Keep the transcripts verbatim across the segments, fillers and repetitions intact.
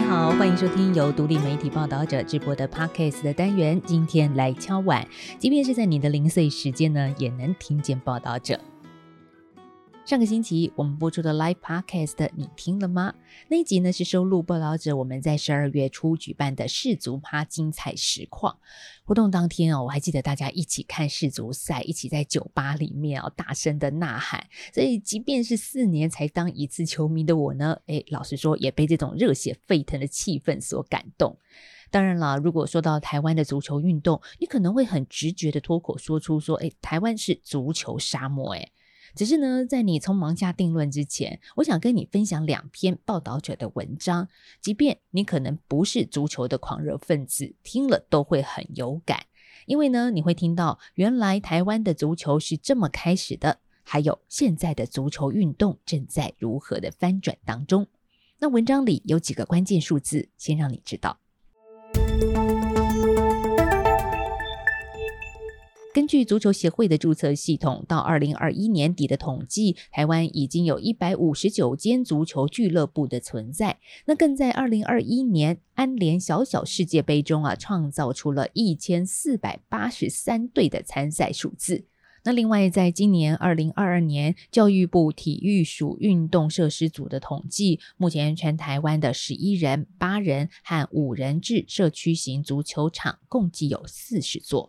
好，欢迎收听由独立媒体报道者直播的 Podcast 的单元，今天来敲碗，即便是在你的零碎时间呢，也能听见报道者。上个星期我们播出的 Live Podcast 你听了吗？那一集呢是收录报道者我们在十二月初举办的世足趴精彩实况活动当天、哦、我还记得大家一起看世足赛，一起在酒吧里面、哦、大声的呐喊，所以即便是四年才当一次球迷的我呢，诶老实说也被这种热血沸腾的气氛所感动。当然了，如果说到台湾的足球运动，你可能会很直觉的脱口说出说，诶台湾是足球沙漠。诶只是呢，在你匆忙下定论之前，我想跟你分享两篇报道者的文章，即便你可能不是足球的狂热分子，听了都会很有感。因为呢，你会听到原来台湾的足球是这么开始的，还有现在的足球运动正在如何的翻转当中。那文章里有几个关键数字，先让你知道。根据足球协会的注册系统，到二零二一年底的统计，台湾已经有一百五十九间足球俱乐部的存在。那更在二零二一年安联小小世界杯中啊，创造出了一千四百八十三队的参赛数字。那另外在今年二零二二年教育部体育署运动设施组的统计，目前全台湾的十一人、八人和五人制社区型足球场共计有四十座。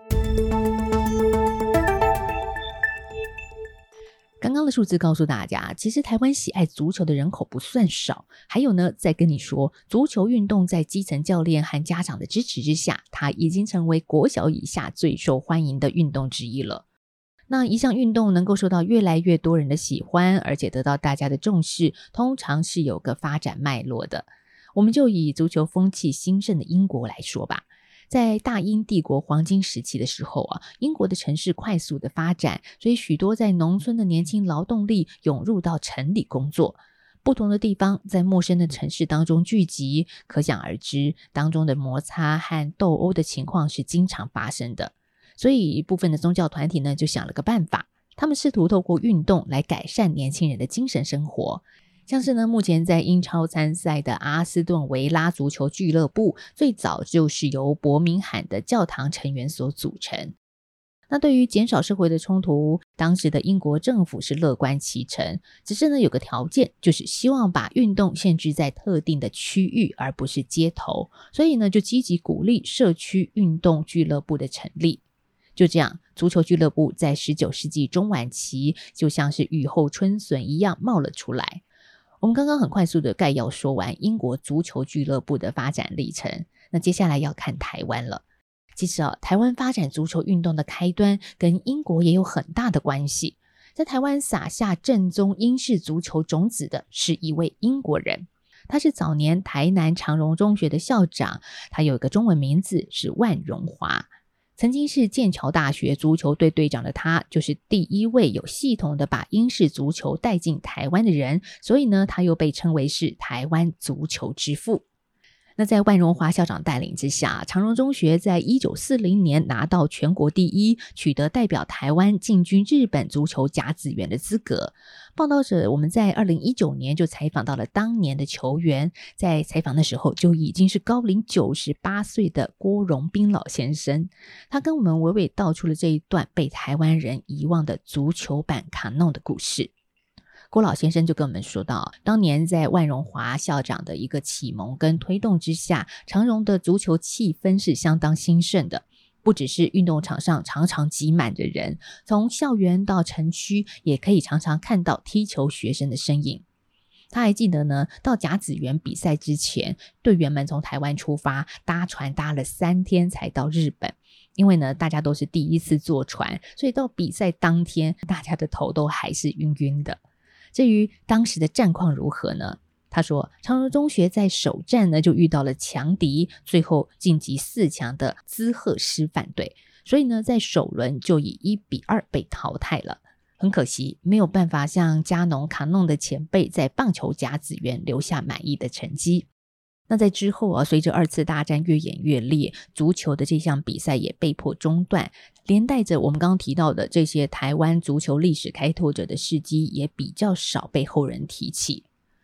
刚刚的数字告诉大家，其实台湾喜爱足球的人口不算少。还有呢，再跟你说，足球运动在基层教练和家长的支持之下，它已经成为国小以下最受欢迎的运动之一了。那一项运动能够受到越来越多人的喜欢，而且得到大家的重视，通常是有个发展脉络的。我们就以足球风气兴盛的英国来说吧。在大英帝国黄金时期的时候啊，英国的城市快速的发展，所以许多在农村的年轻劳动力涌入到城里工作。不同的地方在陌生的城市当中聚集，可想而知，当中的摩擦和斗殴的情况是经常发生的。所以一部分的宗教团体呢，就想了个办法，他们试图透过运动来改善年轻人的精神生活。像是呢，目前在英超参赛的阿斯顿维拉足球俱乐部，最早就是由伯明翰的教堂成员所组成。那对于减少社会的冲突，当时的英国政府是乐观其成，只是呢有个条件，就是希望把运动限制在特定的区域，而不是街头，所以呢就积极鼓励社区运动俱乐部的成立。就这样，足球俱乐部在十九世纪中晚期，就像是雨后春笋一样冒了出来。我们刚刚很快速的概要说完英国足球俱乐部的发展历程，那接下来要看台湾了。其实啊，台湾发展足球运动的开端跟英国也有很大的关系。在台湾撒下正宗英式足球种子的是一位英国人，他是早年台南长荣中学的校长，他有一个中文名字是万荣华。曾经是剑桥大学足球队队长的他，就是第一位有系统的把英式足球带进台湾的人，所以呢，他又被称为是台湾足球之父。那在万荣华校长带领之下，长荣中学在一九四零年拿到全国第一，取得代表台湾进军日本足球甲子园的资格。报道者我们在二零一九年就采访到了当年的球员，在采访的时候就已经是高龄九十八岁的郭荣斌老先生，他跟我们娓娓道出了这一段被台湾人遗忘的足球版卡弄的故事。郭老先生就跟我们说到，当年在万荣华校长的一个启蒙跟推动之下，长荣的足球气氛是相当兴盛的，不只是运动场上常常挤满着人，从校园到城区也可以常常看到踢球学生的身影。他还记得呢，到甲子园比赛之前，队员们从台湾出发，搭船搭了三天才到日本。因为呢，大家都是第一次坐船，所以到比赛当天，大家的头都还是晕晕的。至于当时的战况如何呢？他说长荣中学在首战呢就遇到了强敌，最后晋级四强的滋贺师范队，所以呢在首轮就以一比二被淘汰了。很可惜没有办法像加农卡弄的前辈在棒球甲子园留下满意的成绩。那在之后啊，随着二次大战越演越烈，足球的这项比赛也被迫中断，连带着我们刚刚提到的这些台湾足球历史开拓者的事迹也比较少被后人提起。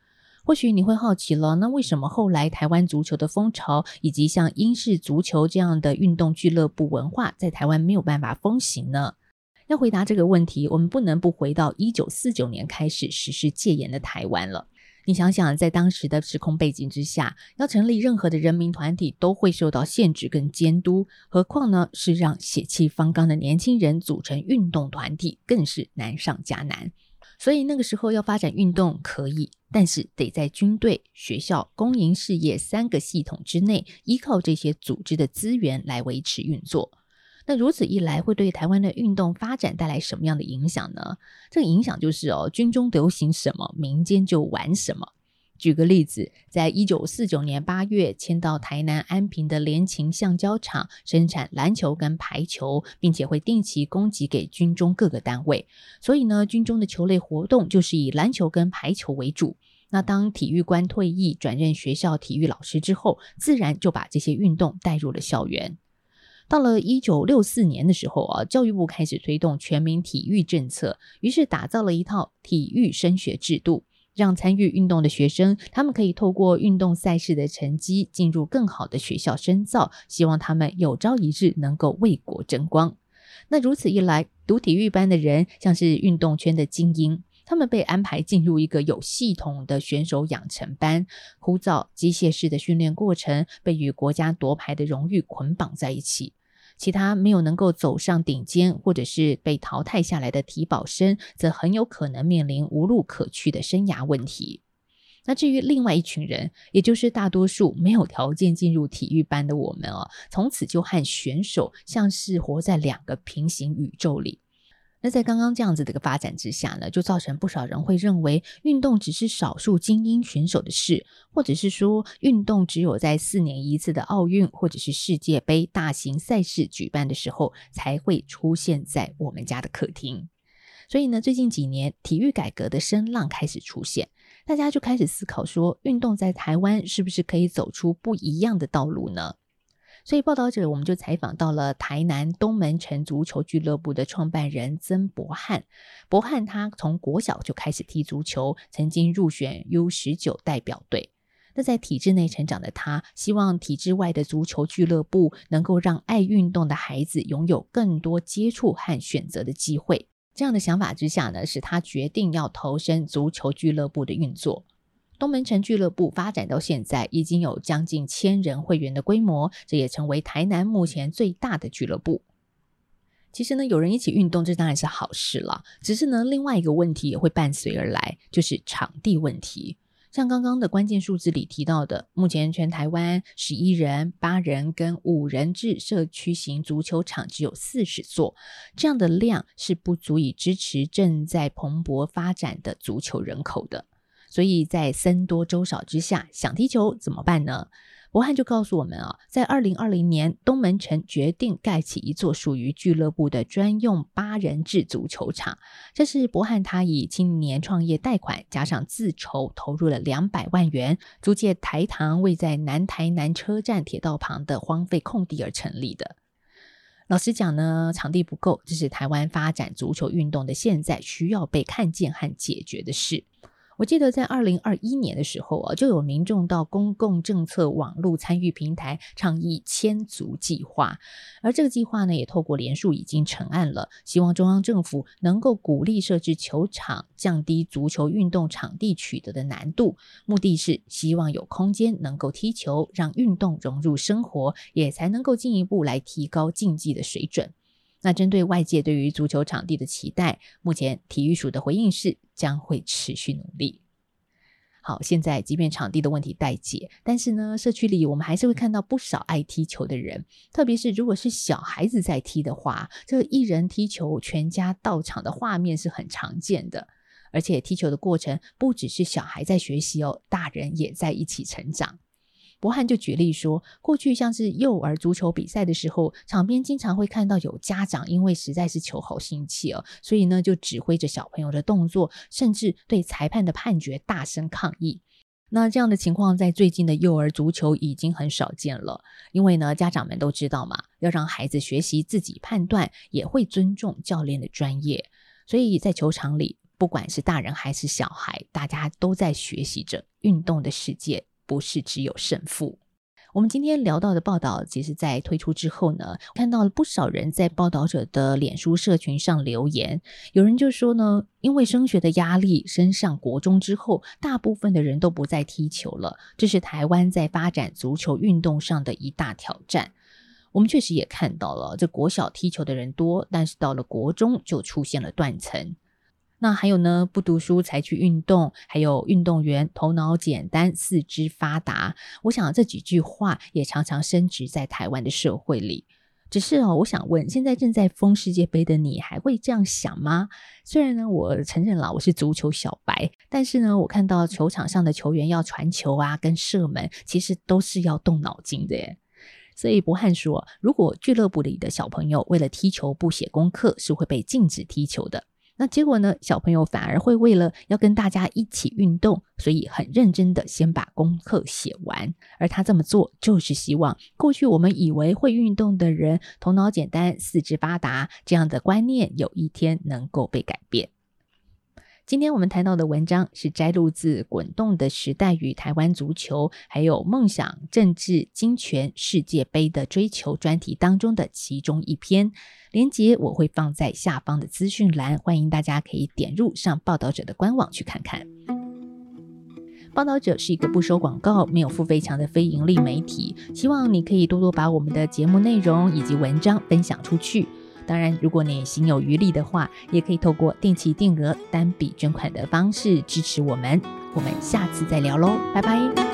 或许你会好奇了，那为什么后来台湾足球的风潮以及像英式足球这样的运动俱乐部文化在台湾没有办法风行呢？要回答这个问题，我们不能不回到一九四九年开始实施戒严的台湾了。你想想，在当时的时空背景之下，要成立任何的人民团体都会受到限制跟监督，何况呢是让血气方刚的年轻人组成运动团体，更是难上加难。所以那个时候要发展运动可以，但是得在军队、学校、公营事业三个系统之内，依靠这些组织的资源来维持运作。那如此一来，会对台湾的运动发展带来什么样的影响呢？这个影响就是哦，军中流行什么，民间就玩什么。举个例子，在一九四九年八月迁到台南安平的联勤橡胶厂生产篮球跟排球，并且会定期供给给军中各个单位。所以呢，军中的球类活动就是以篮球跟排球为主。那当体育官退役转任学校体育老师之后，自然就把这些运动带入了校园。到了一九六四年的时候啊，教育部开始推动全民体育政策，于是打造了一套体育升学制度，让参与运动的学生，他们可以透过运动赛事的成绩进入更好的学校深造，希望他们有朝一日能够为国争光。那如此一来，读体育班的人像是运动圈的精英，他们被安排进入一个有系统的选手养成班，枯燥机械式的训练过程被与国家夺牌的荣誉捆绑在一起。其他没有能够走上顶尖或者是被淘汰下来的体保生，则很有可能面临无路可去的生涯问题。那至于另外一群人，也就是大多数没有条件进入体育班的我们哦，从此就和选手像是活在两个平行宇宙里。那在刚刚这样子的一个发展之下呢，就造成不少人会认为运动只是少数精英选手的事，或者是说运动只有在四年一次的奥运或者是世界杯大型赛事举办的时候才会出现在我们家的客厅。所以呢，最近几年体育改革的声浪开始出现，大家就开始思考说，运动在台湾是不是可以走出不一样的道路呢？所以报道者我们就采访到了台南东门城足球俱乐部的创办人曾博翰。博翰他从国小就开始踢足球，曾经入选 U 十九 代表队。那在体制内成长的他，希望体制外的足球俱乐部能够让爱运动的孩子拥有更多接触和选择的机会。这样的想法之下呢，使他决定要投身足球俱乐部的运作。东门城俱乐部发展到现在已经有将近千人会员的规模，这也成为台南目前最大的俱乐部。其实呢，有人一起运动，这当然是好事了，只是呢，另外一个问题也会伴随而来，就是场地问题。像刚刚的关键数字里提到的，目前全台湾十一人、八人跟五人制社区型足球场只有四十座，这样的量是不足以支持正在蓬勃发展的足球人口的。所以在僧多粥少之下，想踢球怎么办呢？博翰就告诉我们啊，在二零二零年，东门城决定盖起一座属于俱乐部的专用八人制足球场。这是博翰他以青年创业贷款加上自筹投入了两百万元，租借台糖位在南台南车站铁道旁的荒废空地而成立的。老实讲呢，场地不够，这是台湾发展足球运动的现在需要被看见和解决的事。我记得在二零二一年的时候啊，就有民众到公共政策网络参与平台倡议迁足计划，而这个计划呢，也透过联署已经成案了，希望中央政府能够鼓励设置球场，降低足球运动场地取得的难度，目的是希望有空间能够踢球，让运动融入生活，也才能够进一步来提高竞技的水准。那针对外界对于足球场地的期待，目前体育署的回应是将会持续努力。好，现在即便场地的问题待解，但是呢，社区里我们还是会看到不少爱踢球的人，特别是如果是小孩子在踢的话，这个一人踢球全家到场的画面是很常见的。而且踢球的过程不只是小孩在学习哦，大人也在一起成长。博翰就举例说，过去像是幼儿足球比赛的时候，场边经常会看到有家长因为实在是球好心切哦，所以呢就指挥着小朋友的动作，甚至对裁判的判决大声抗议。那这样的情况在最近的幼儿足球已经很少见了，因为呢家长们都知道嘛，要让孩子学习自己判断，也会尊重教练的专业，所以在球场里不不管是大人还是小孩，大家都在学习着运动的世界不是只有胜负。我们今天聊到的报道，其实在推出之后呢，看到了不少人在报道者的脸书社群上留言。有人就说呢，因为升学的压力，升上国中之后，大部分的人都不再踢球了，这是台湾在发展足球运动上的一大挑战。我们确实也看到了，这国小踢球的人多，但是到了国中就出现了断层。那还有呢，不读书才去运动，还有运动员头脑简单四肢发达，我想这几句话也常常深植在台湾的社会里。只是哦，我想问，现在正在封世界杯的你还会这样想吗？虽然呢，我承认啦，我是足球小白，但是呢，我看到球场上的球员要传球啊跟射门，其实都是要动脑筋的耶。所以博翰说，如果俱乐部里的小朋友为了踢球不写功课，是会被禁止踢球的。那结果呢，小朋友反而会为了要跟大家一起运动，所以很认真的先把功课写完。而他这么做就是希望过去我们以为会运动的人头脑简单四肢发达这样的观念有一天能够被改变。今天我们谈到的文章是摘录自《滚动的时代与台湾足球》还有梦想政治金权世界杯的追求专题当中的其中一篇，连结我会放在下方的资讯栏，欢迎大家可以点入上报道者的官网去看看。报道者是一个不收广告、没有付费墙的非盈利媒体，希望你可以多多把我们的节目内容以及文章分享出去。当然，如果你心有余力的话，也可以透过定期定额单笔捐款的方式支持我们。我们下次再聊咯，拜拜。